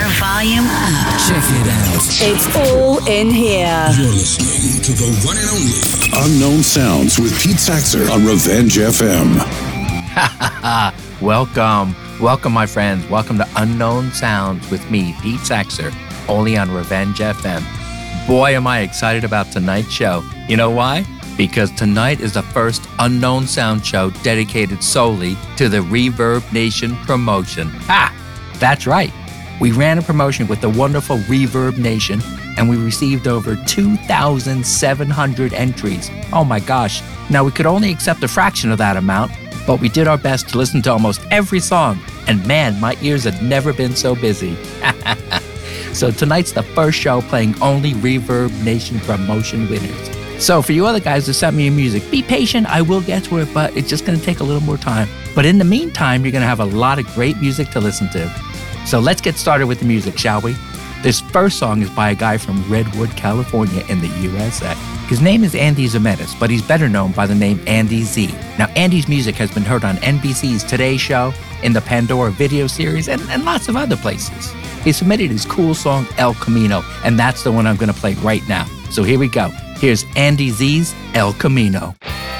volume up. Check it out. It's all in here. You're listening to the one and only Unknown Sounds with Pete Saxer on Revenge FM. Welcome, my friends. Welcome to Unknown Sounds with me, Pete Saxer, only on Revenge FM. Boy, am I excited about tonight's show. You know why? Because tonight is the first Unknown Sound show dedicated solely to the Reverb Nation promotion. That's right. We ran a promotion with the wonderful Reverb Nation, and we received over 2,700 entries. Oh my gosh. Now, we could only accept a fraction of that amount, but we did our best to listen to almost every song. And man, my ears had never been so busy. So tonight's the first show playing only Reverb Nation promotion winners. So for you other guys that sent me your music, be patient. I will get to it, but it's just going to take a little more time. But in the meantime, you're going to have a lot of great music to listen to. So let's get started with the music, shall we? This first song is by a guy from Redwood, California in the USA. His name is Andy Zimetis, but he's better known by the name Andy Z. Now, Andy's music has been heard on NBC's Today Show, in the Pandora video series, and lots of other places. He submitted his cool song, El Camino, and that's the one I'm going to play right now. So here we go. Here's Andy Z's El Camino.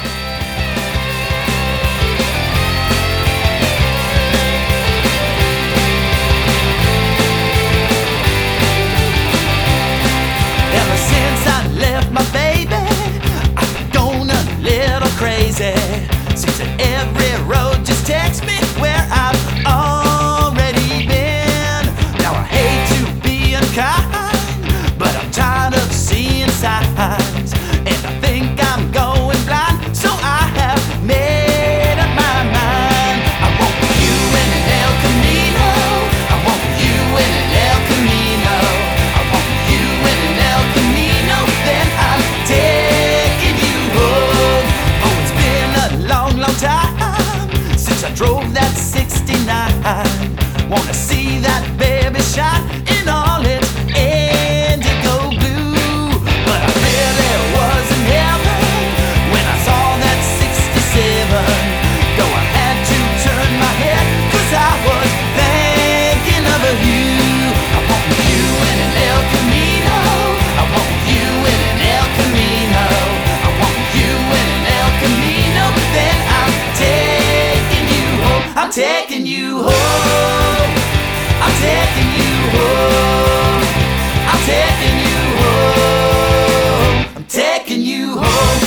Ever since I left my baby, I've gone a little crazy. Seems that every road just takes me where I've already been. Now I hate to be unkind, but I'm tired of seeing signs, and I think I'm going blind, so I have made up my mind. I want you in an El Camino. I want you in an El Camino. I want you in an El Camino. Then I'm taking you home. Oh, it's been a long, long time since I drove that 69. Wanna see that baby shine in all its indigo blue. But I really was in heaven when I saw that 67. Though I had to turn my head, 'cause I was thinking of you. I want you in an El Camino. I want you in an El Camino. I want you in an El Camino. Then I'm taking you home. I'm taking you home. I'm taking you home. I'm taking you home. I'm taking you home.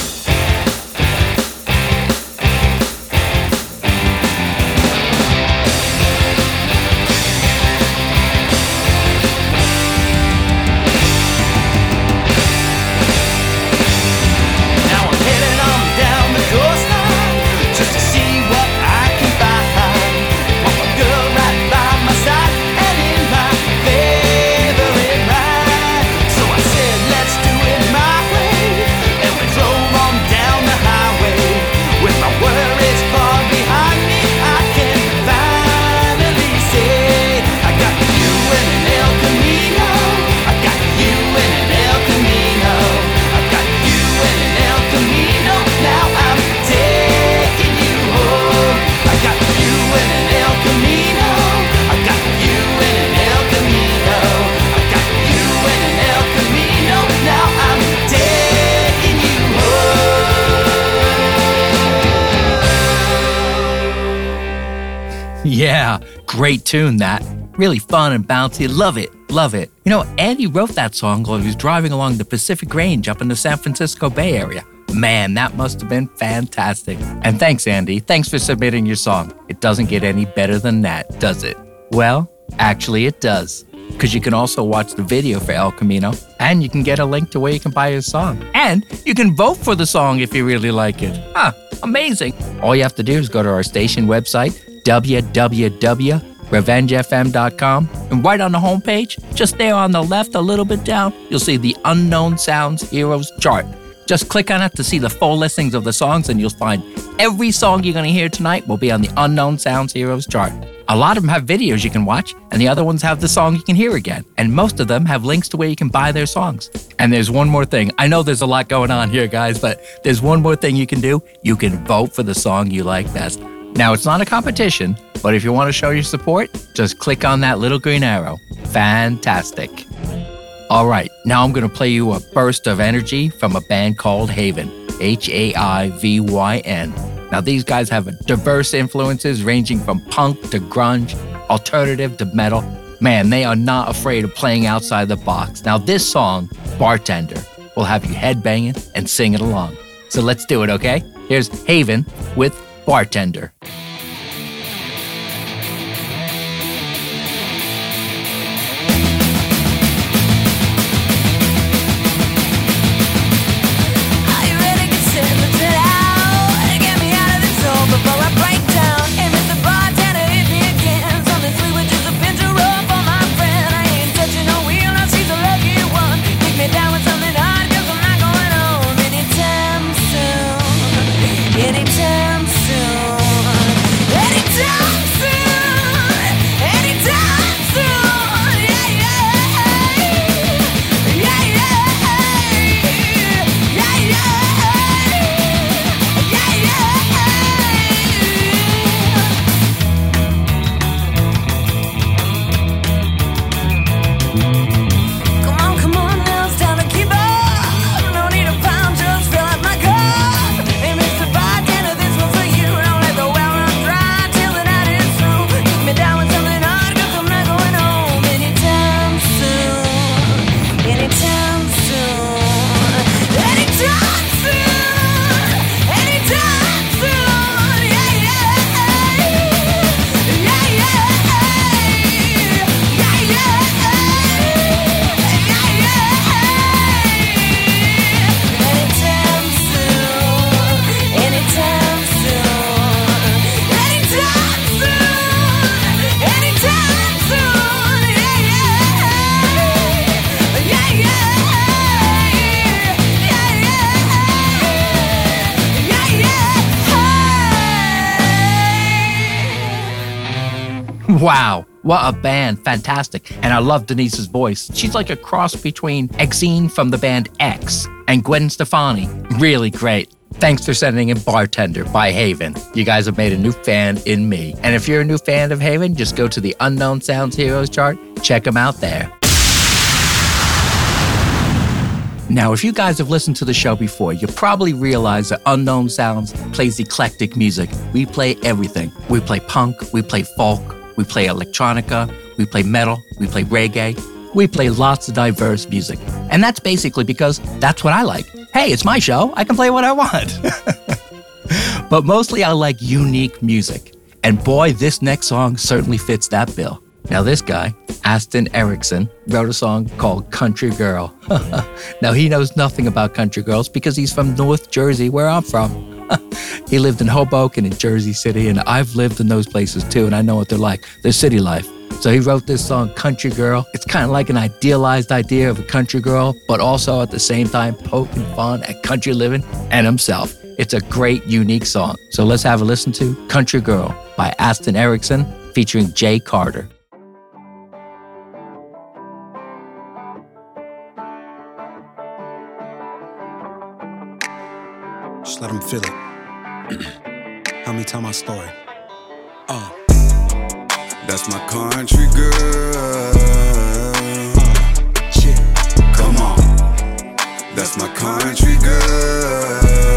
Now I'm headed on down the coastline just to see what I can find. Want my girl right by my side and in my favorite ride. So I said, let's do it my way, and we drove on down the highway. With my worries far behind me, I can finally say I got you in an El Camino. I got you in an El Camino. I got you in an El Camino. Now I'm taking you home. I got you in an El Camino. I got you in an El Camino. I got you in an El Camino. Now I'm taking you home. Yeah, great tune that. Really fun and bouncy. Love it. Love it. You know, Andy wrote that song while he was driving along the Pacific Range up in the San Francisco Bay Area. Man, that must have been fantastic. And thanks, Andy. Thanks for submitting your song. It doesn't get any better than that, does it? Well, actually it does. Because you can also watch the video for El Camino, and you can get a link to where you can buy his song. And you can vote for the song if you really like it. Amazing. All you have to do is go to our station website, www.revengefm.com, and right on the homepage, just there on the left, a little bit down, you'll see the Unknown Sounds Heroes chart. Just click on it to see the full listings of the songs, and you'll find every song you're going to hear tonight will be on the Unknown Sounds Heroes chart. A lot of them have videos you can watch, and the other ones have the song you can hear again. And most of them have links to where you can buy their songs. And there's one more thing. I know there's a lot going on here, guys, but there's one more thing you can do. You can vote for the song you like best. Now, it's not a competition, but if you want to show your support, just click on that little green arrow. Fantastic. All right, now I'm going to play you a burst of energy from a band called Haven, Haivyn. Now, these guys have diverse influences ranging from punk to grunge, alternative to metal. Man, they are not afraid of playing outside the box. Now, this song, Bartender, will have you headbanging and singing along. So let's do it, okay? Here's Haven with Bartender. Anytime Wow, what a band. Fantastic. And I love Denise's voice. She's like a cross between Exene from the band X and Gwen Stefani. Really great. Thanks for sending in Bartender by Haven. You guys have made a new fan in me. And if you're a new fan of Haven, just go to the Unknown Sounds Heroes chart. Check them out there. Now, if you guys have listened to the show before, you probably realize that Unknown Sounds plays eclectic music. We play everything. We play punk, we play folk, we play electronica, we play metal, we play reggae. We play lots of diverse music. And that's basically because that's what I like. Hey, it's my show. I can play what I want. But mostly I like unique music. And boy, this next song certainly fits that bill. Now this guy, Aston Erickson, wrote a song called Country Girl. Now he knows nothing about country girls because he's from North Jersey, where I'm from. He lived in Hoboken and Jersey City, and I've lived in those places too, and I know what they're like. They're city life. So he wrote this song, Country Girl. It's kind of like an idealized idea of a country girl, but also at the same time poking fun at country living and himself. It's a great, unique song. So let's have a listen to Country Girl by Aston Erickson featuring Jay Carter. Just let them feel it. Help me tell my story. That's my country girl. Shit. Come on. That's my country girl.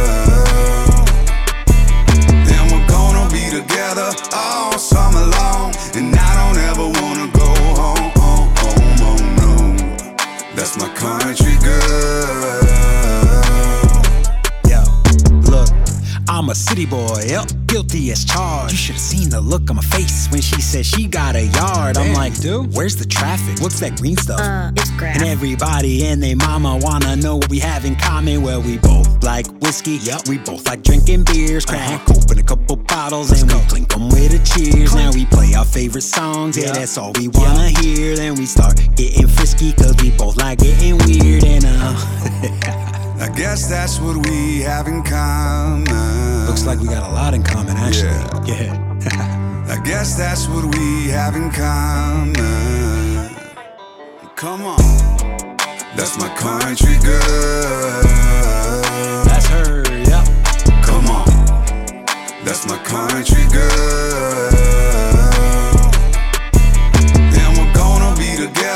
And we're gonna be together all summer long. And I don't ever wanna go home, oh no. That's my country girl. I'm a city boy, yep, guilty as charged. You should've seen the look on my face when she said she got a yard. I'm like, dude, where's the traffic? What's that green stuff? It's grass. And everybody and their mama wanna know what we have in common. Well, we both like whiskey, yep. We both like drinking beers. Crack open a couple bottles and we clink them with a cheers. Now we play our favorite songs, yeah, that's all we wanna hear. Then we start getting frisky, cause we both like getting weird. And I guess that's what we have in common. Looks like we got a lot in common, actually. Yeah. I guess that's what we have in common. Come on. That's my country girl. That's her, yep. Come on. That's my country girl. And we're gonna be together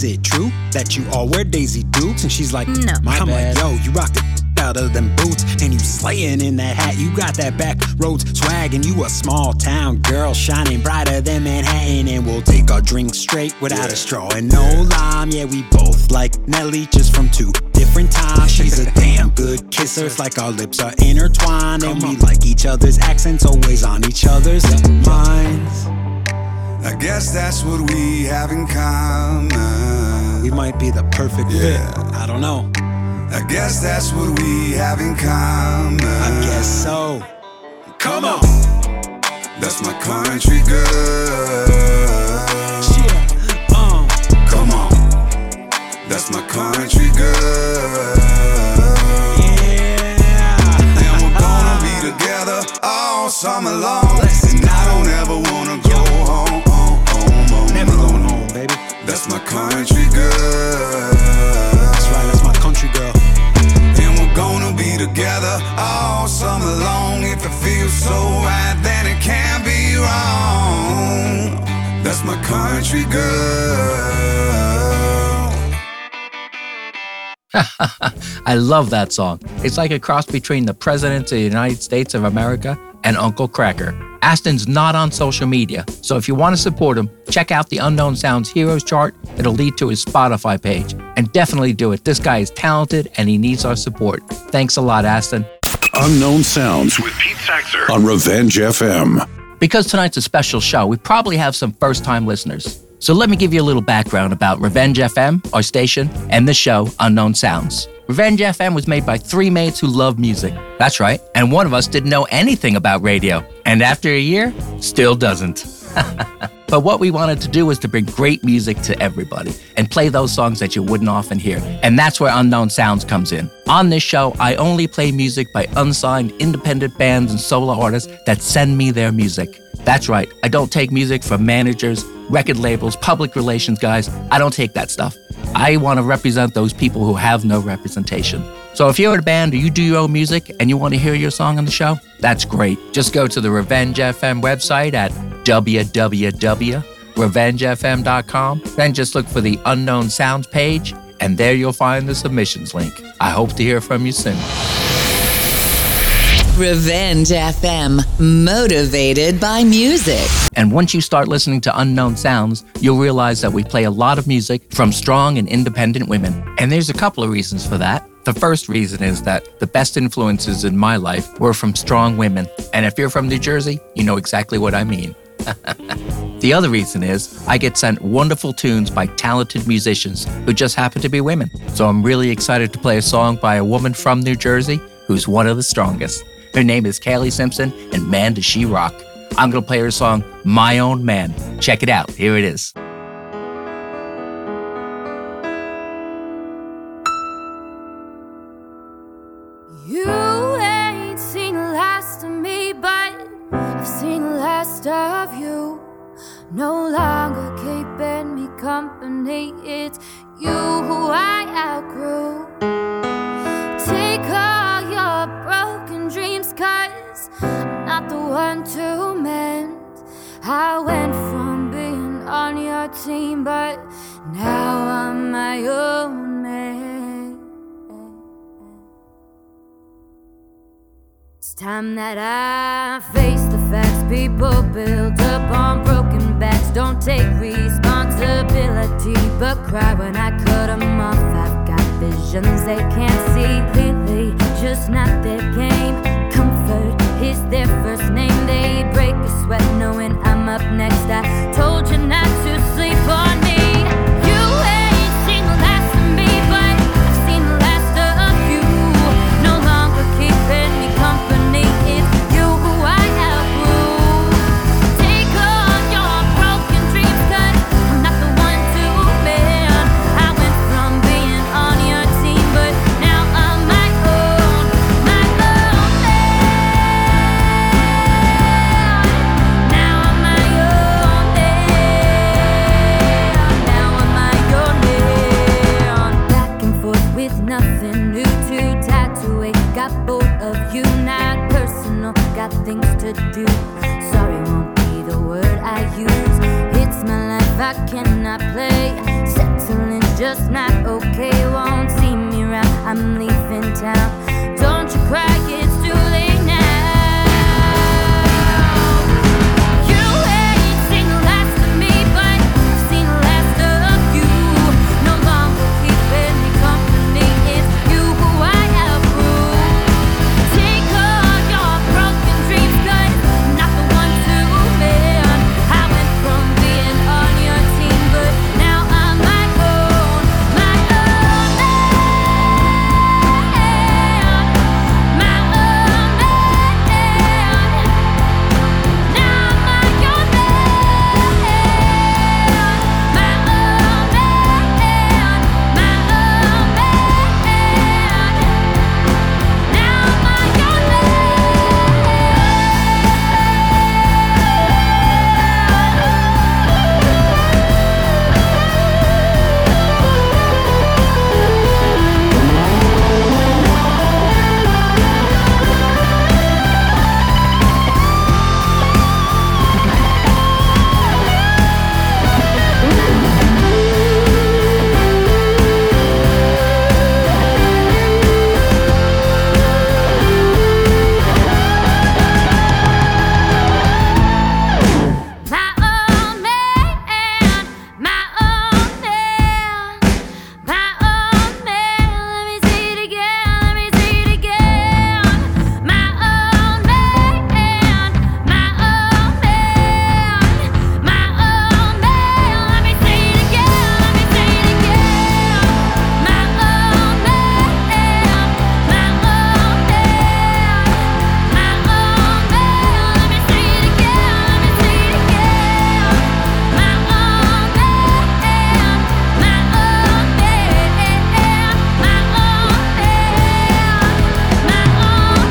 Is it true that you all wear Daisy Dukes? And she's like, No. I'm like, yo, you rock the out of them boots, and you slaying in that hat. You got that back roads swag, and you a small town girl shining brighter than Manhattan. And we'll take our drink straight without a straw and no lime. Yeah, we both like Nelly, just from two different times. She's a damn good kisser. It's like our lips are intertwined, and we like each other's accents, always on each other's minds. I guess that's what we have in common. We might be the perfect fit. I don't know. I guess that's what we have in common. I guess so. Come on. That's my country girl. Come on. That's my country girl. Yeah. And we're gonna be together all summer long. And I don't ever wanna go home. Never going home, baby. That's my country girl. That's right, that's my country girl. And we're gonna be together all summer long. If it feels so right, then it can't be wrong. That's my country girl. I love that song. It's like a cross between the President of the United States of America and Uncle Kracker. Aston's not on social media, so if you want to support him, check out the Unknown Sounds Heroes chart. It'll lead to his Spotify page. And definitely do it. This guy is talented and he needs our support. Thanks a lot, Aston. Unknown Sounds with Pete Saxer on Revenge FM. Because tonight's a special show, we probably have some first-time listeners. So let me give you a little background about Revenge FM, our station, and the show Unknown Sounds. Revenge FM was made by three mates who love music. That's right. And one of us didn't know anything about radio. And after a year, still doesn't. But what we wanted to do was to bring great music to everybody and play those songs that you wouldn't often hear. And that's where Unknown Sounds comes in. On this show, I only play music by unsigned independent bands and solo artists that send me their music. That's right. I don't take music from managers, record labels, public relations guys. I don't take that stuff. I want to represent those people who have no representation. So if you're in a band or you do your own music and you want to hear your song on the show, that's great. Just go to the Revenge FM website at www.revengefm.com. Then just look for the Unknown Sounds page, and there you'll find the submissions link. I hope to hear from you soon. Revenge FM, motivated by music. And once you start listening to Unknown Sounds, you'll realize that we play a lot of music from strong and independent women. And there's a couple of reasons for that. The first reason is that the best influences in my life were from strong women. And if you're from New Jersey, you know exactly what I mean. The other reason is I get sent wonderful tunes by talented musicians who just happen to be women. So I'm really excited to play a song by a woman from New Jersey who's one of the strongest. Her name is Kaylee Simpson, and man, does she rock. I'm going to play her song, My Own Man. Check it out. Here it is. You ain't seen the last of me, but I've seen the last of you. No longer keeping me company, it's you who I outgrew. Take all your broken dreams, 'cause I'm not the one to mend. I went from being on your team, but now I'm my own man. It's time that I face the facts. People build up on broken backs, don't take responsibility, but cry when I cut them off. I've got visions they can't see clearly, just not their game. Comfort is their first name. They break a sweat knowing I'm up next. I told you not to sleep on me. You ain't seen the last of me, but I've seen the last of you. No longer keeping me company, it's you who I outgrew. Take all your broken dreams, 'cause I'm not the one to mend. I went from being on your team, but now I'm my own man. Now I'm my own man. Now I'm my own man. Back and forth with nothing new to tattoo. Got bored of you, not personal, got things to do. Sorry won't be the word I use. It's my life, I cannot play settling, just not okay. Won't see me round, I'm leaving town. Don't you cry, it's too late now. You ain't seen the last of me, but I've seen the last of you. No longer keeping me company, it's you who I outgrew. Take all your broken dreams, 'cause I'm not the one to mend. I went from being on your team, but now I'm my own man. My own man. Now I'm my own man. My own man. My own man. Now I'm my own man. My own man, my own man, my own man. Let me say it again, let me say it again. My own man, my own man, my own man. Let me say it again, let me say it again. My own man, my own man, my own man. Let me say it again, let me say it again. My own man, my own man, my own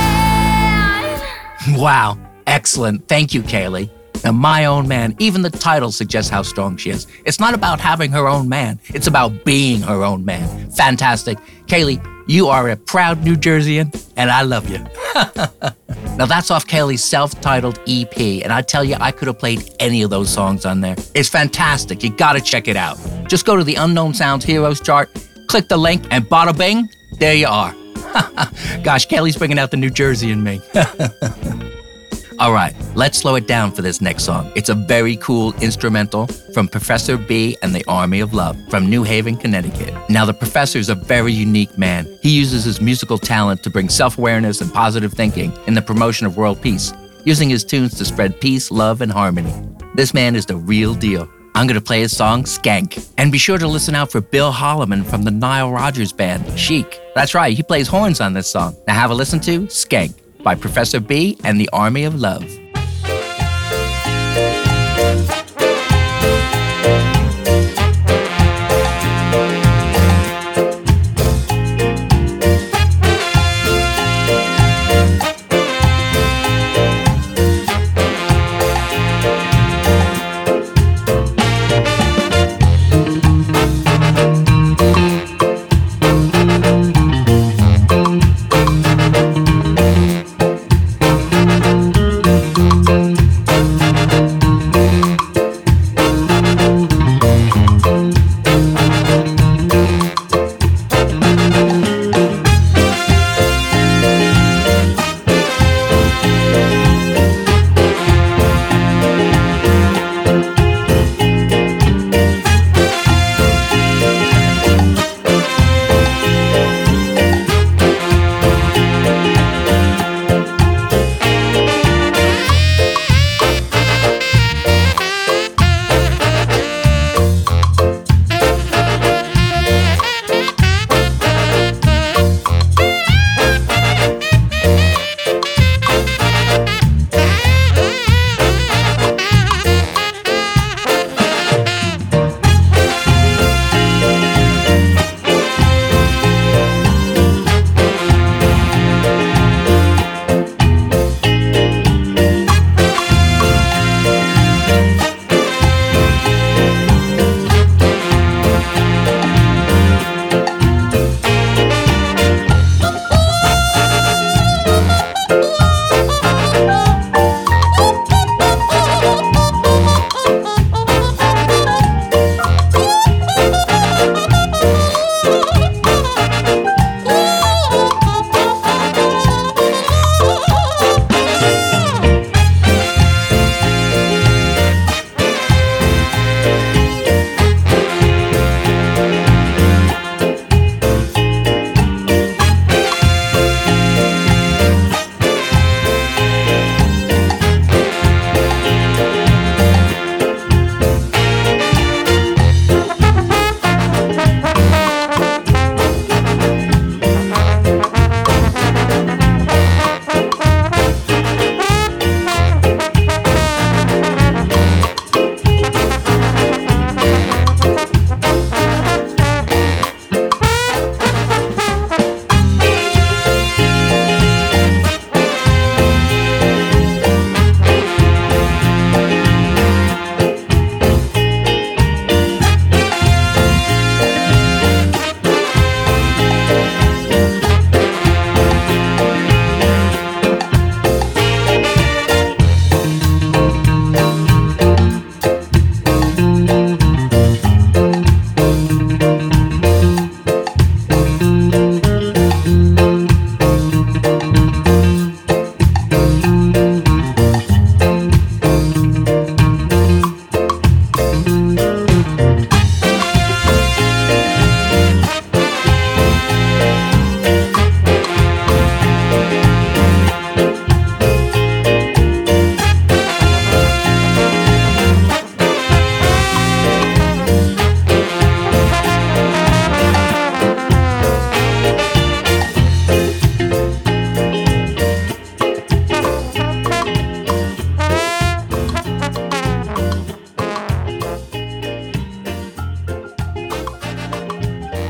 man. Wow, excellent. Thank you, Kaylee. Now, my own man, even the title suggests how strong she is. It's not about having her own man, it's about being her own man. Fantastic. Kaylee, you are a proud New Jerseyan, and I love you. Now, that's off Kaylee's self-titled EP, and I tell you, I could have played any of those songs on there. It's fantastic. You gotta check it out. Just go to the Unknown Sounds Heroes chart, click the link, and bada bing, there you are. Gosh, Kaylee's bringing out the New Jersey in me. All right, let's slow it down for this next song. It's a very cool instrumental from Professor B and the Army of Love from New Haven, Connecticut. Now, the Professor is a very unique man. He uses his musical talent to bring self-awareness and positive thinking in the promotion of world peace, using his tunes to spread peace, love, and harmony. This man is the real deal. I'm going to play his song, Skank. And be sure to listen out for Bill Holloman from the Nile Rodgers Band, Chic. That's right, he plays horns on this song. Now have a listen to Skank by Professor B and the Army of Love.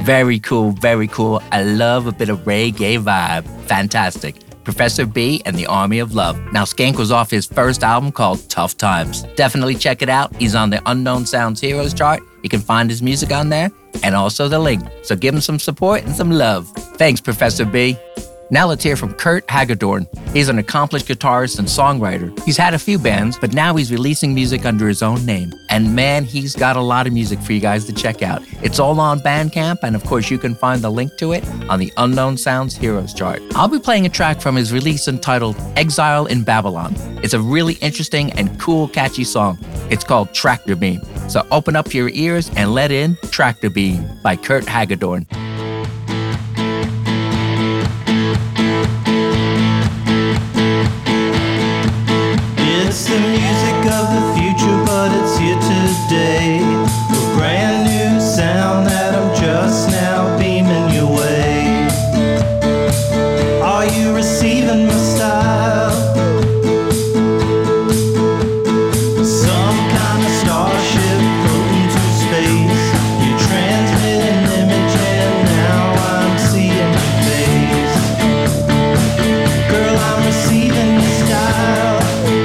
Very cool, very cool. I love a bit of reggae vibe. Fantastic. Professor B and the Army of Love. Now, Skank was off his first album called Tough Times. Definitely check it out. He's on the Unknown Sounds Heroes chart. You can find his music on there and also the link. So give him some support and some love. Thanks, Professor B. Now let's hear from Kurt Hagedorn. He's an accomplished guitarist and songwriter. He's had a few bands, but now he's releasing music under his own name. And man, he's got a lot of music for you guys to check out. It's all on Bandcamp, and of course you can find the link to it on the Unknown Sounds Heroes chart. I'll be playing a track from his release entitled Exile in Babylon. It's a really interesting and cool, catchy song. It's called Tractor Beam. So open up your ears and let in Tractor Beam by Kurt Hagedorn. It's the music of the future, but it's here today. A brand new sound that I'm just now beaming your way. Are you receiving my style? Some kind of starship floating through space. You transmit an image and now I'm seeing your face. Girl, I'm receiving your style.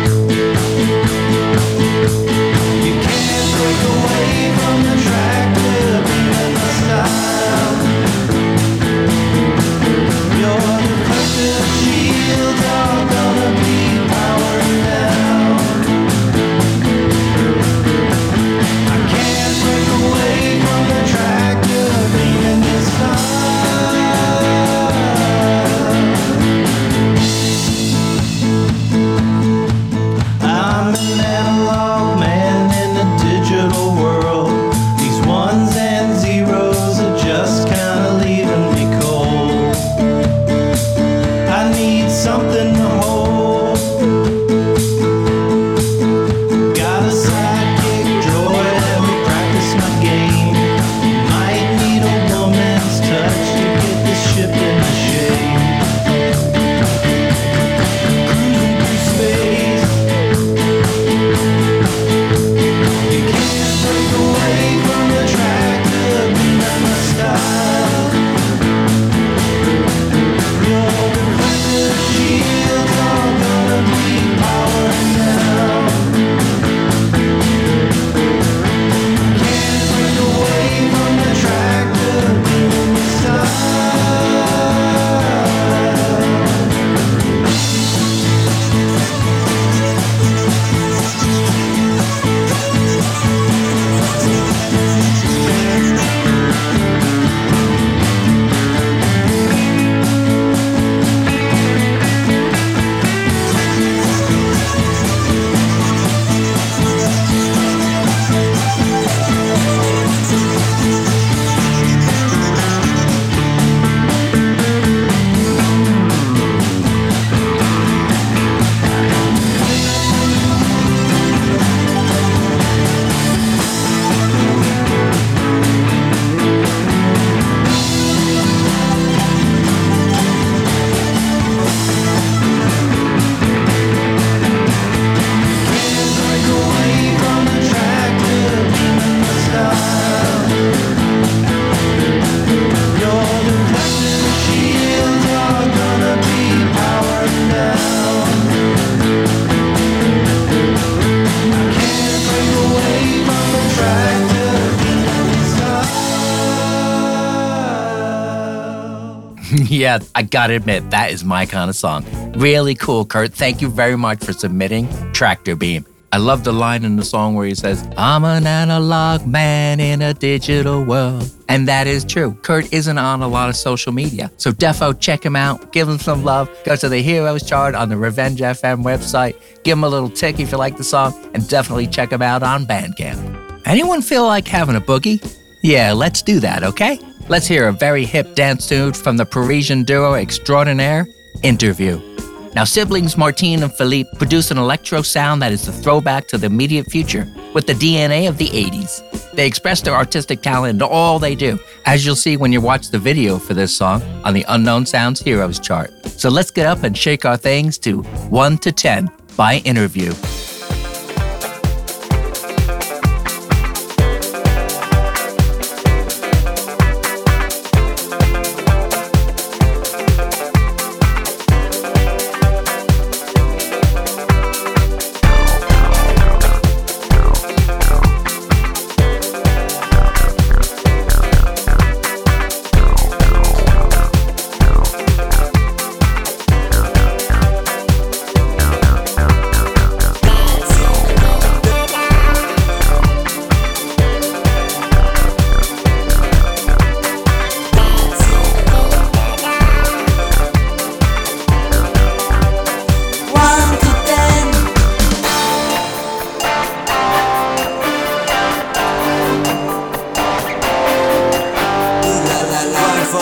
Yeah, I gotta admit, that is my kind of song. Really cool, Kurt. Thank you very much for submitting Tractor Beam. I love the line in the song where he says, I'm an analog man in a digital world. And that is true. Kurt isn't on a lot of social media. So defo, check him out. Give him some love. Go to the Heroes chart on the Revenge FM website. Give him a little tick if you like the song. And definitely check him out on Bandcamp. Anyone feel like having a boogie? Yeah, let's do that, okay? Let's hear a very hip dance tune from the Parisian duo extraordinaire, Interview. Now, siblings Martine and Philippe produce an electro sound that is a throwback to the immediate future with the DNA of the 80s. They express their artistic talent in all they do, as you'll see when you watch the video for this song on the Unknown Sounds Heroes chart. So let's get up and shake our things to 1 to 10 by Interview.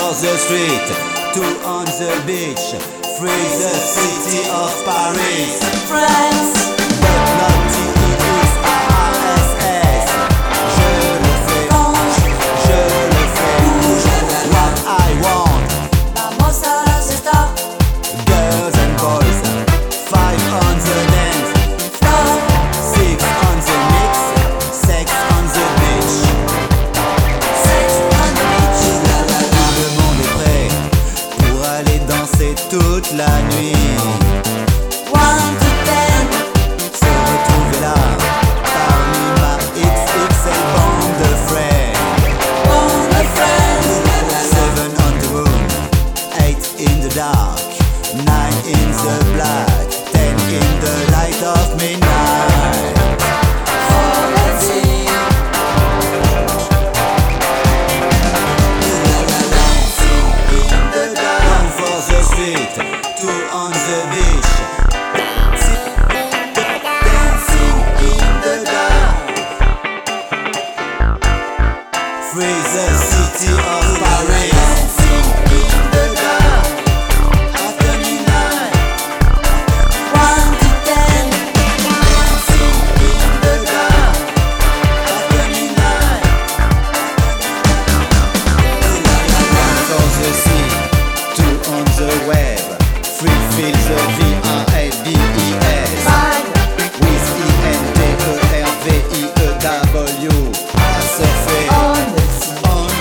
for the street, two on the beach, free the city of Paris. France, but not TEXARSS. Je le fais, je le fais, what I want. Vamos a la fiesta. Girls and boys, 5 on the dance floor, 6 on the mix, sex on the beach. Sex on the beach. Tout le monde est prêt pour aller danser toute la nuit. 1 to 10. Se retrouver là, parmi ma XXL bande de frères. Bond of friends. 7 on the moon, 8 in the dark, 9 in the black, 10 in the light of midnight. Oh, let's see. One for the street, two on the beach. Dancing in the dark. Free the city of Paris. Dancing in the dark. After midnight. 1 to 10. Dancing in the dark. After midnight. One for the sea, two on the web. Free feel the VIBES. 5. With INTERVIEW à surfer On the sea. on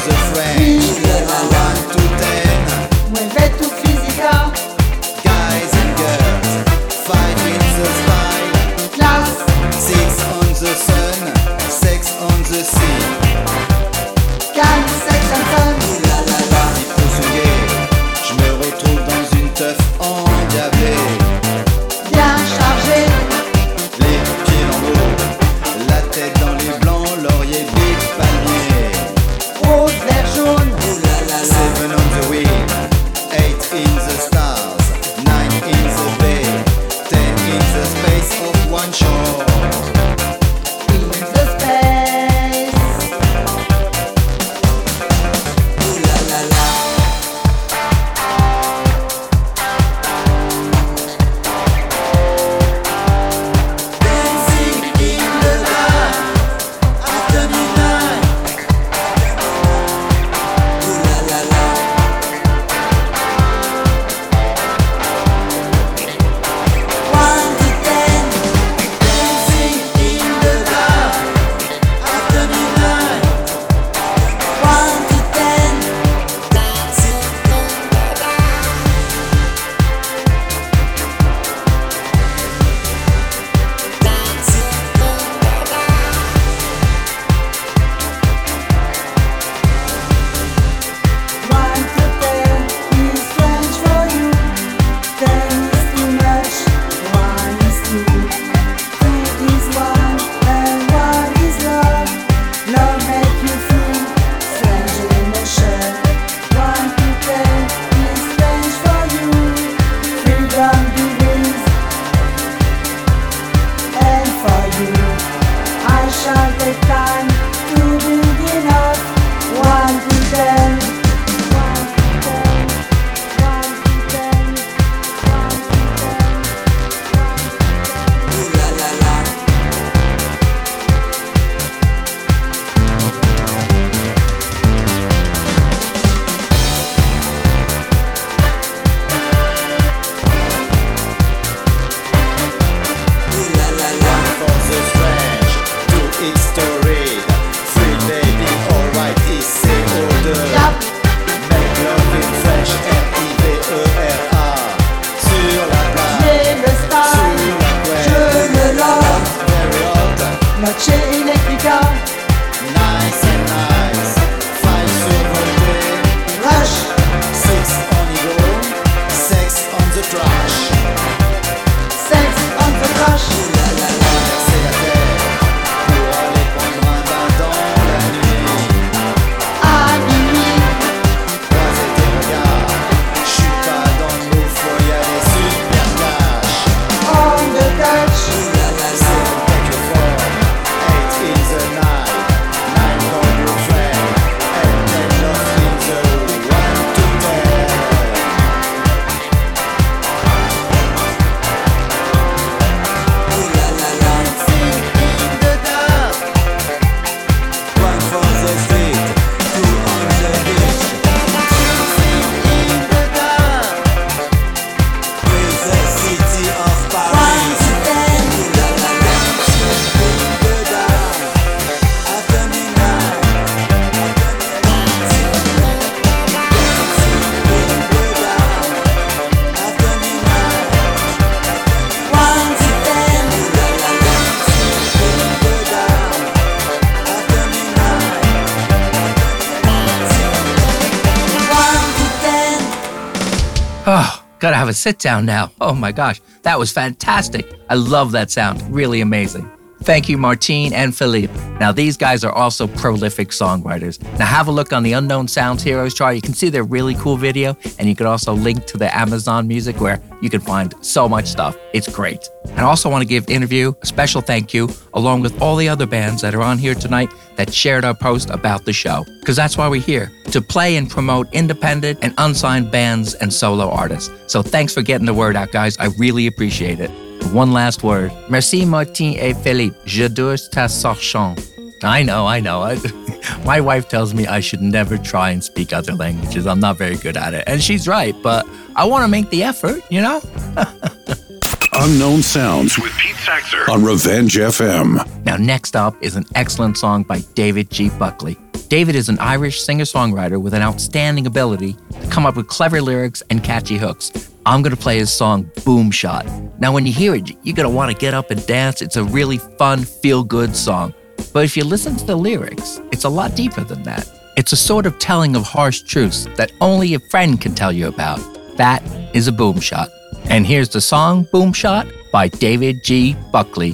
Oh, gotta have a sit down now. Oh my gosh, that was fantastic. I love that sound. Really amazing. Thank you, Martine and Philippe. Now, these guys are also prolific songwriters. Now, have a look on the Unknown Sounds Heroes chart. You can see their really cool video, and you can also link to their Amazon Music where you can find so much stuff. It's great. And I also want to give Interview a special thank you, along with all the other bands that are on here tonight that shared our post about the show. Because that's why we're here, to play and promote independent and unsigned bands and solo artists. So thanks for getting the word out, guys. I really appreciate it. One last word. Merci, Martine et Philippe. J'adore ta chanson. I know. My wife tells me I should never try and speak other languages. I'm not very good at it. And she's right, but I want to make the effort, you know? Unknown Sounds with Pete Saxer on Revenge FM. Now, next up is an excellent song by David G. Buckley. David is an Irish singer-songwriter with an outstanding ability to come up with clever lyrics and catchy hooks. I'm going to play his song, Boom Shot. Now, when you hear it, you're going to want to get up and dance. It's a really fun, feel-good song. But if you listen to the lyrics, it's a lot deeper than that. It's a sort of telling of harsh truths that only a friend can tell you about. That is a boom shot. And here's the song, Boom Shot, by David G. Buckley.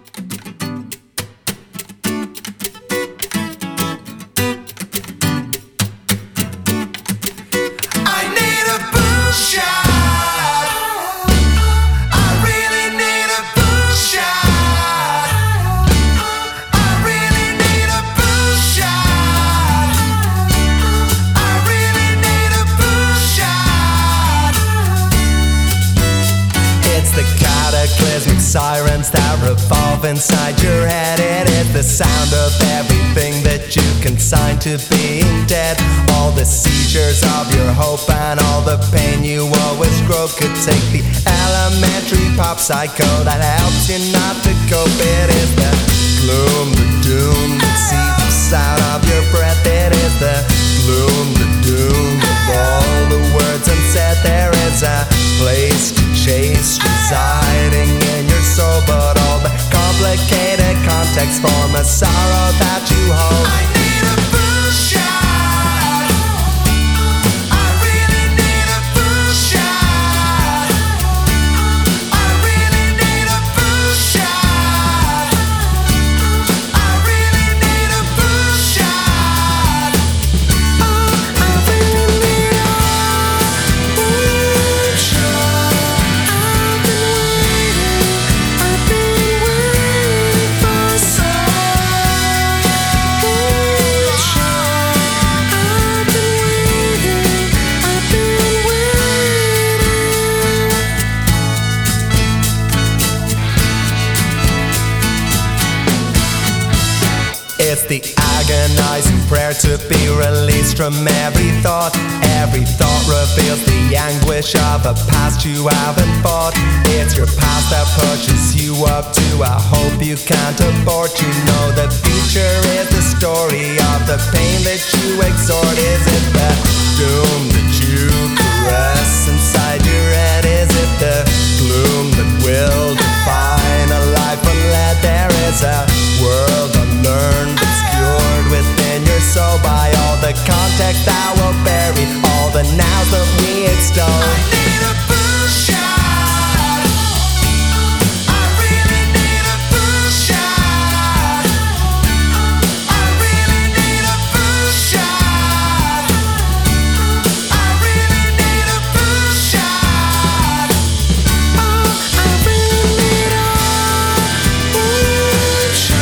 Sirens that revolve inside your head. It is the sound of everything that you consign to being dead. All the seizures of your hope and all the pain you always grow could take the elementary pop psycho that helps you not to cope. It is the gloom, the doom that seeps out of your breath. It is the gloom, the doom of all the words unsaid. There is a place to chase residing in your soul, but all the complicated context form a sorrow that you hold. I need a boom shot. I really need a boom shot. I really need a boom shot. I really need a boom shot. Oh, I really need a boom shot. It's the agonizing prayer to be released from every thought. Every thought reveals the anguish of a past you haven't fought. It's your past that pushes you up to a hope you can't abort. You know the future is the story of the pain that you exhort. Is it the doom that you caress inside your head? Is it the gloom that will define a life unled? There is a world unlearned, obscured within your soul by all the context that will bury all the nows that we extol. I need a boom shot. I really need a boom shot. I really need a boom shot. I really need a boom shot. Oh, I really need a boom shot.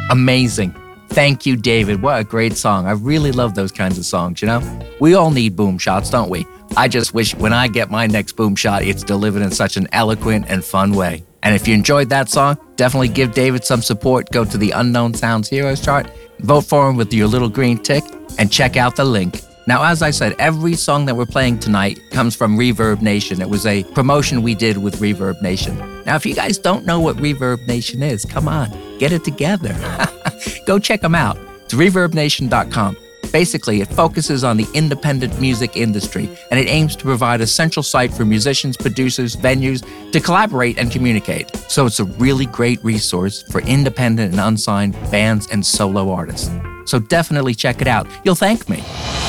Amazing. Thank you, David. What a great song. I really love those kinds of songs, you know? We all need boom shots, don't we? I just wish when I get my next boom shot, it's delivered in such an eloquent and fun way. And if you enjoyed that song, definitely give David some support. Go to the Unknown Sounds Heroes chart, vote for him with your little green tick, and check out the link. Now, as I said, every song that we're playing tonight comes from Reverb Nation. It was a promotion we did with Reverb Nation. Now, if you guys don't know what Reverb Nation is, come on, get it together. Go check them out. It's reverbnation.com. Basically, it focuses on the independent music industry, and it aims to provide a central site for musicians, producers, venues to collaborate and communicate. So it's a really great resource for independent and unsigned bands and solo artists. So definitely check it out. You'll thank me.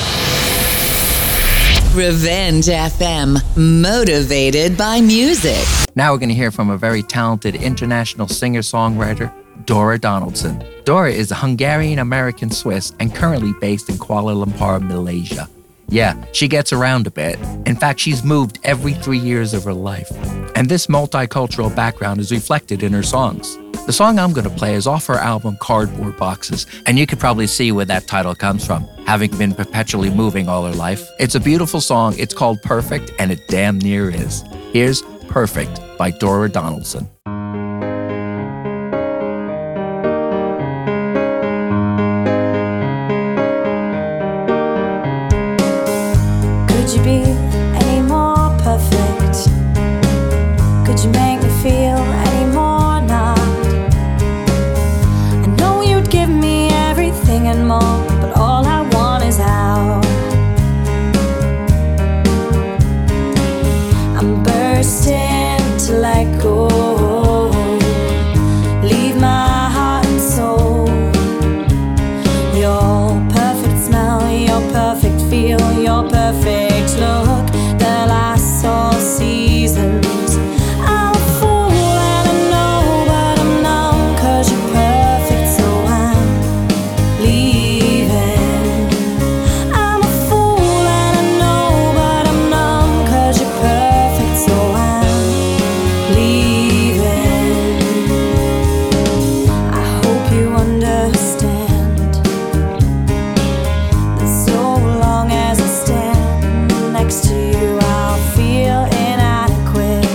Revenge FM, motivated by music. Now we're going to hear from a very talented international singer-songwriter, Dora Donaldson. Dora is a Hungarian-American Swiss and currently based in Kuala Lumpur, Malaysia. Yeah, she gets around a bit. In fact, she's moved every 3 years of her life. And this multicultural background is reflected in her songs. The song I'm going to play is off her album Cardboard Boxes, and you could probably see where that title comes from, having been perpetually moving all her life. It's a beautiful song, it's called Perfect, and it damn near is. Here's Perfect by Dora Donaldson. Could you be any more perfect? Could you make me feel any more not? I know you'd give me everything and more, but all I want is out. I'm bursting to let go, leave my heart and soul. Your perfect smell, your perfect feel, your perfect look, the last all seasons. I'm a fool and I know, but I'm numb, 'cause you're perfect, so I'm leaving. I'm a fool and I know, but I'm numb, 'cause you're perfect, so I'm leaving. I hope you understand that so long as I stand next to you, I'll feel inadequate.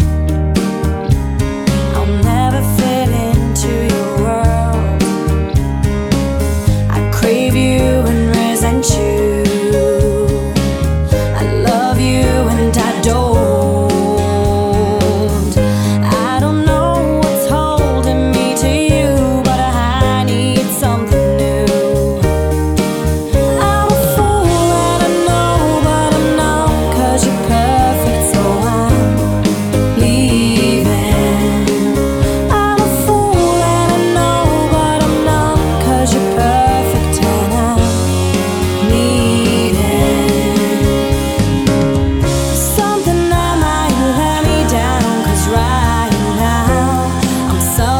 I'll never fit into your world. I crave you and resent you. I love you and I don't. I don't know what's holding me to you, but I need something new. I'm a fool and I know, but I'm numb, 'cause you're perfect, so I'm leaving. I'm a fool and I know, but I'm numb, 'cause you're perfect and I'm needing something that might let me down, 'cause right now I'm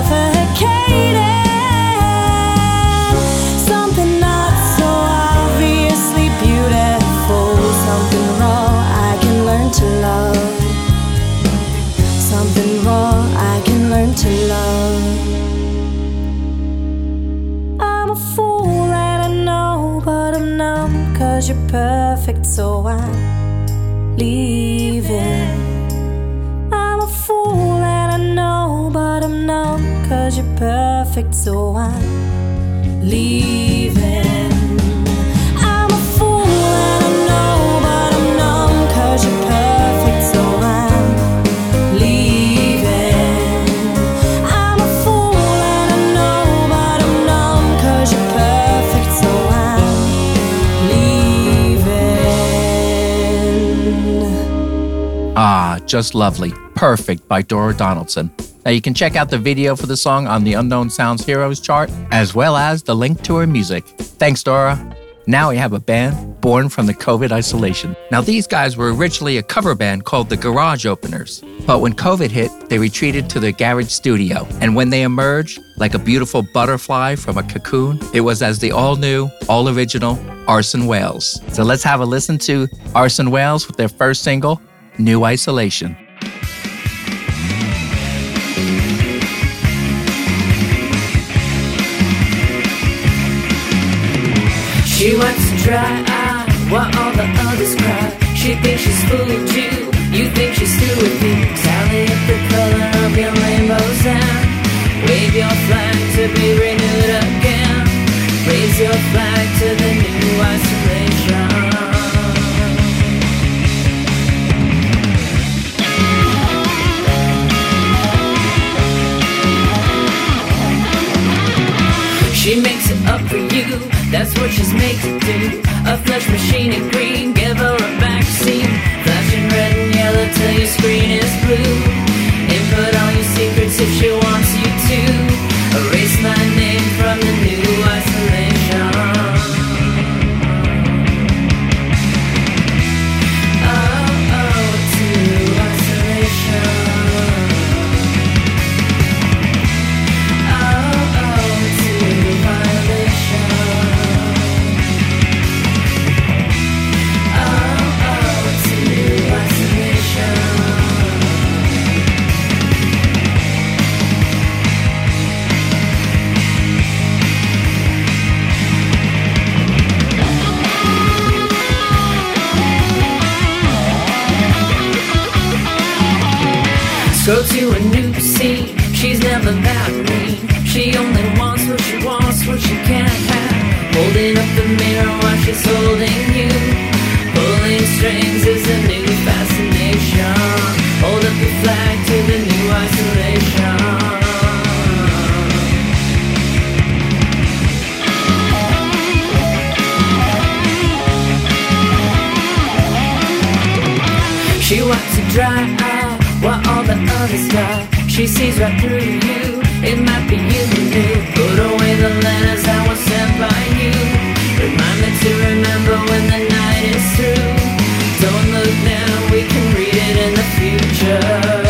suffocating. Something not so obviously beautiful, something raw I can learn to love. Something raw I can learn to love. I'm a fool and I know, but I'm numb, 'cause you're perfect, so I'm leaving. I'm a fool and I know, but I'm numb, 'cause you're perfect, so I'm leaving. I'm a fool and I know, but I'm numb, 'cause you're perfect, so I'm leaving. I'm a fool and I know, but I'm numb, 'cause you're perfect, so I'm leaving. Ah, just lovely. Perfect by Dora Donaldson. Now you can check out the video for the song on the Unknown Sounds Heroes chart, as well as the link to her music. Thanks, Dora. Now we have a band born from the COVID isolation. Now these guys were originally a cover band called the Garage Openers. But when COVID hit, they retreated to their garage studio. And when they emerged, like a beautiful butterfly from a cocoon, it was as the all-new, all-original Arson Wales. So let's have a listen to Arson Wales with their first single, New Isolation. dry eye while all the others cry. She thinks she's fooled you, you think she's through with you. Tally up the color of your rainbow sound. Wave your flag to be renewed again. Raise your flag to the new isolation. She makes it up for you, that's what she's made to do. A flesh machine in green, give her a backseat. Flashing red and yellow till your screen is blue. Input all your secrets if she wants you to. Erase my name from the new isolation. Oh, oh, to isolation. Go to a new scene, she's never that mean. She only wants what she can't have. Holding up the mirror while she's holding you. Pulling strings is a new fascination. Hold up your flag to the new isolation. She wipes a dry eye while all the others die. She sees right through you, it might be you who knew. Put away the letters that were sent by you. Remind me to remember when the night is through. Don't look now, we can read it in the future.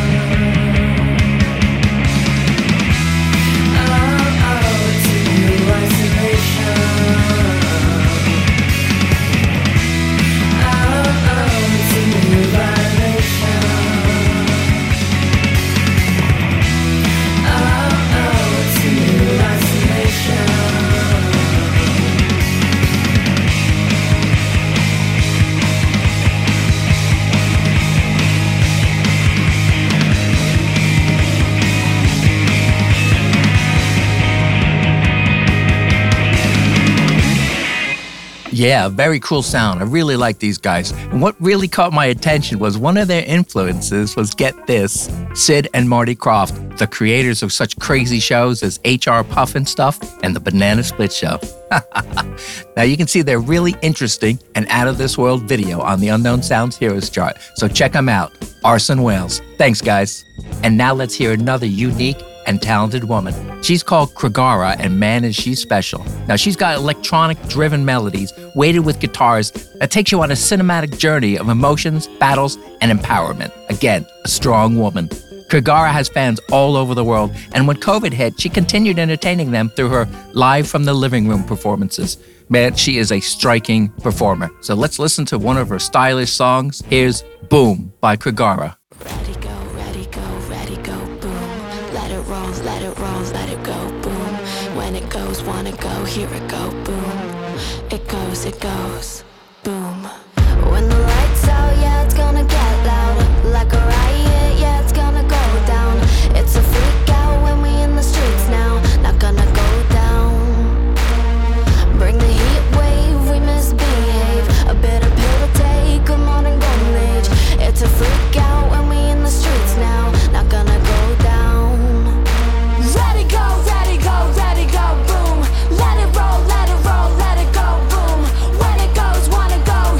Yeah, very cool sound. I really like these guys. And what really caught my attention was one of their influences was, get this, Sid and Marty Krofft, the creators of such crazy shows as HR Pufnstuf and The Banana Split Show. Now you can see their really interesting and out-of-this-world video on the Unknown Sounds Heroes chart, so check them out. Arson Wales. Thanks, guys. And now let's hear another unique and talented woman. She's called Krigara, and man is she special. Now she's got electronic-driven melodies weighted with guitars that takes you on a cinematic journey of emotions, battles, and empowerment. Again, a strong woman. Krigara has fans all over the world, and when COVID hit, she continued entertaining them through her live from the living room performances. Man, she is a striking performer. So let's listen to one of her stylish songs. Here's Boom by Krigara. Ready go, ready go, ready go, boom. Let it roll, let it roll, let it go, boom. When it goes, wanna go, here it go, boom. It goes, boom. When the lights out, yeah, it's gonna get louder. Like a riot, yeah, it's gonna go down. It's a freak out when we in the streets now. Not gonna go down. Bring the heat wave, we misbehave. A bitter pill to take, a modern golden age. It's a freak out when we in the streets now. Not gonna go down. Ready go, ready go, ready go, boom. Let it roll, let it roll, let it go, boom. When it goes, wanna go,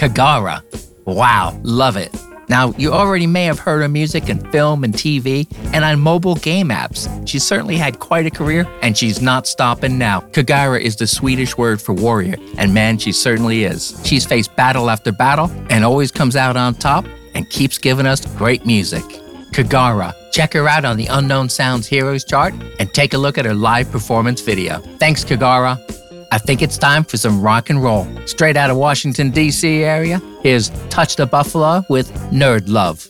Kagara. Wow, love it. Now, you already may have heard her music in film and TV and on mobile game apps. She's certainly had quite a career, and she's not stopping now. Kagara is the Swedish word for warrior, and man, she certainly is. She's faced battle after battle and always comes out on top and keeps giving us great music. Kagara. Check her out on the Unknown Sounds Heroes chart and take a look at her live performance video. Thanks, Kagara. I think it's time for some rock and roll. Straight out of Washington, D.C. area, here's Touch the Buffalo with Nerd Love.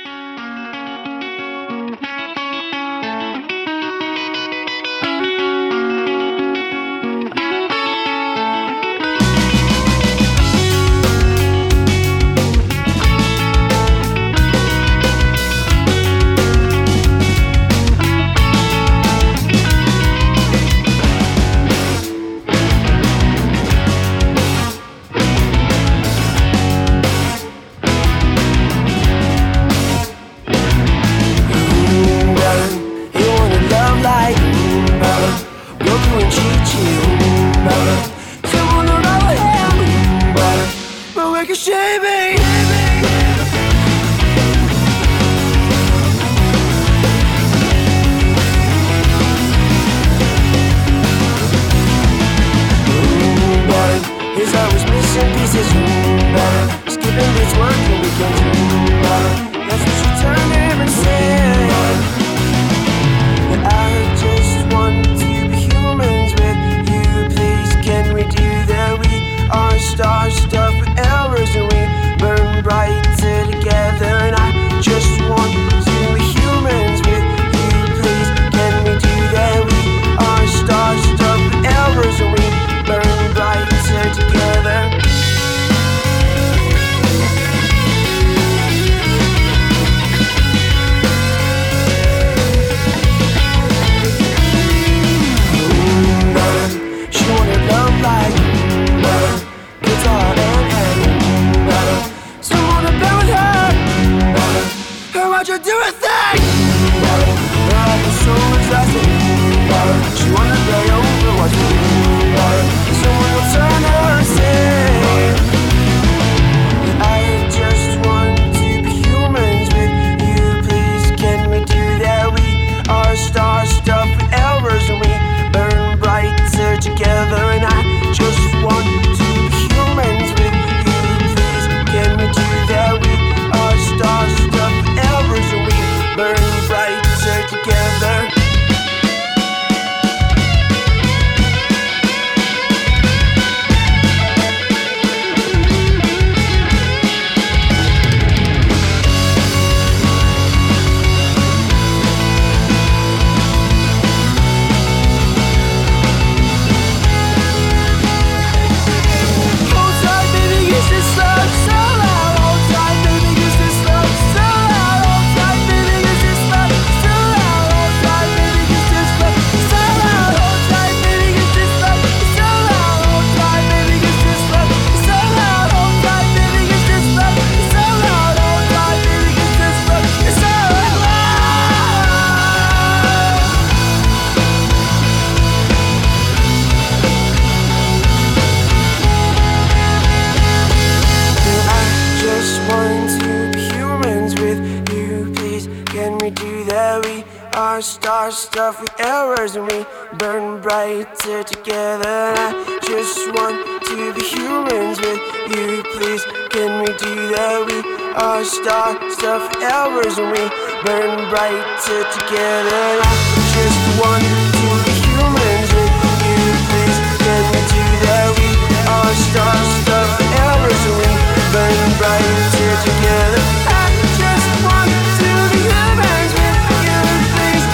Stuff with errors and we burn brighter together. I just want to be humans with you, please. Can we do that? We are star stuff with errors and we burn brighter together. I just want to be humans with you, please. Can we do that? We are star stuff with errors and we burn brighter together. I just want to be humans with you, please.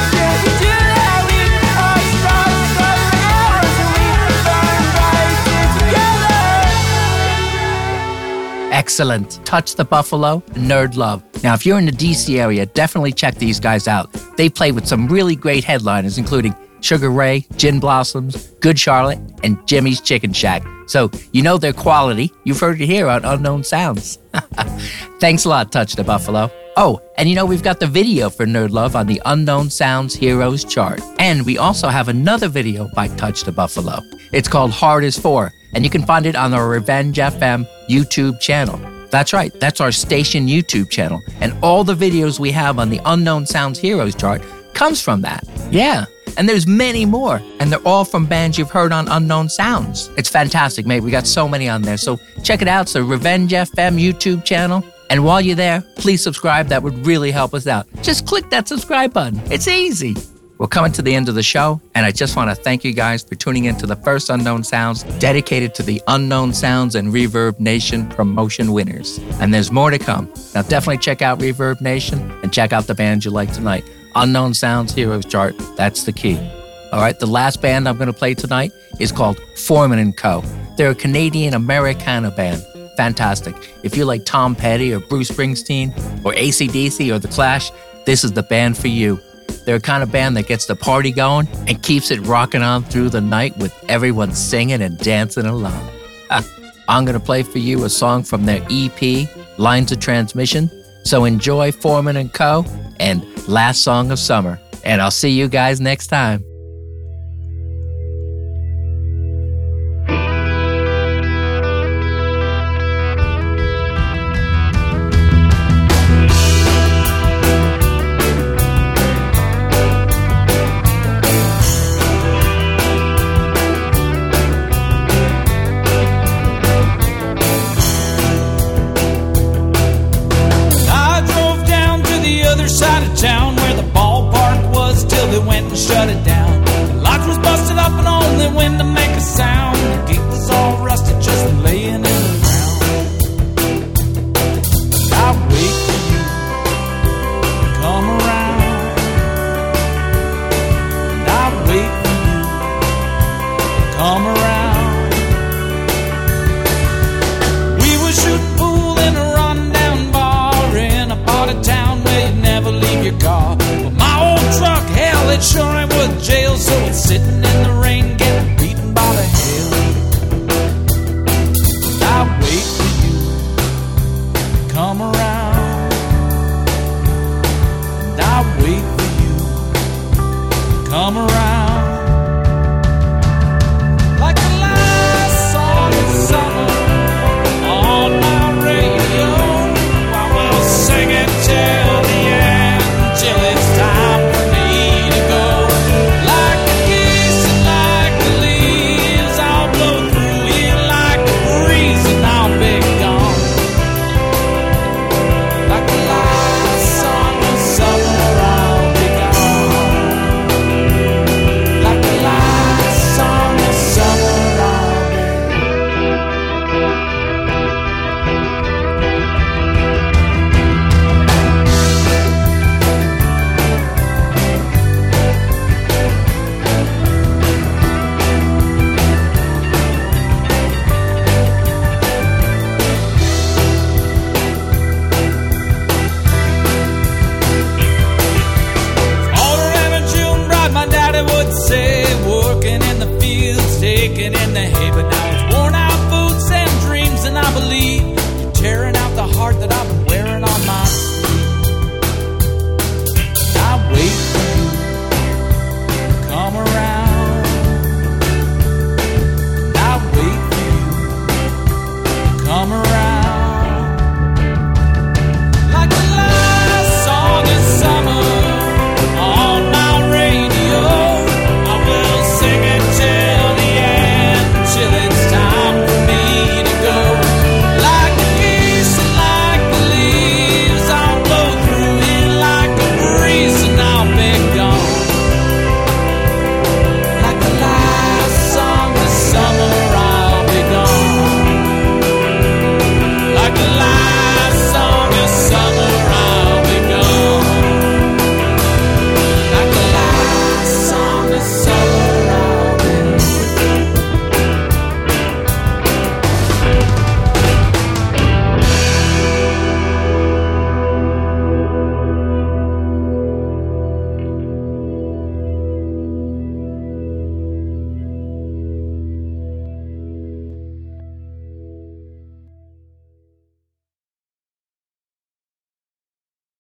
Excellent. Touch the Buffalo, Nerd Love. Now, if you're in the DC area, definitely check these guys out. They play with some really great headliners, including Sugar Ray, Gin Blossoms, Good Charlotte, and Jimmy's Chicken Shack. So you know their quality. You've heard it here on Unknown Sounds. Thanks a lot, Touch the Buffalo. Oh, and you know we've got the video for Nerd Love on the Unknown Sounds Heroes chart. And we also have another video by Touch the Buffalo. It's called Hard as 4. And you can find it on our Revenge FM YouTube channel. That's right, that's our station YouTube channel. And all the videos we have on the Unknown Sounds Heroes chart comes from that. Yeah, and there's many more. And they're all from bands you've heard on Unknown Sounds. It's fantastic, mate. We got so many on there. So check it out. It's the Revenge FM YouTube channel. And while you're there, please subscribe. That would really help us out. Just click that subscribe button. It's easy. We're coming to the end of the show, and I just want to thank you guys for tuning in to the first Unknown Sounds dedicated to the Unknown Sounds and Reverb Nation promotion winners. And there's more to come. Now definitely check out Reverb Nation and check out the bands you like tonight. Unknown Sounds Heroes chart, that's the key. All right, the last band I'm going to play tonight is called Foreman & Co. They're a Canadian Americana band. Fantastic. If you like Tom Petty or Bruce Springsteen or AC/DC or The Clash, this is the band for you. They're a kind of band that gets the party going and keeps it rocking on through the night with everyone singing and dancing along. I'm going to play for you a song from their EP, Lines of Transmission. So enjoy Foreman & Co. and Last Song of Summer. And I'll see you guys next time.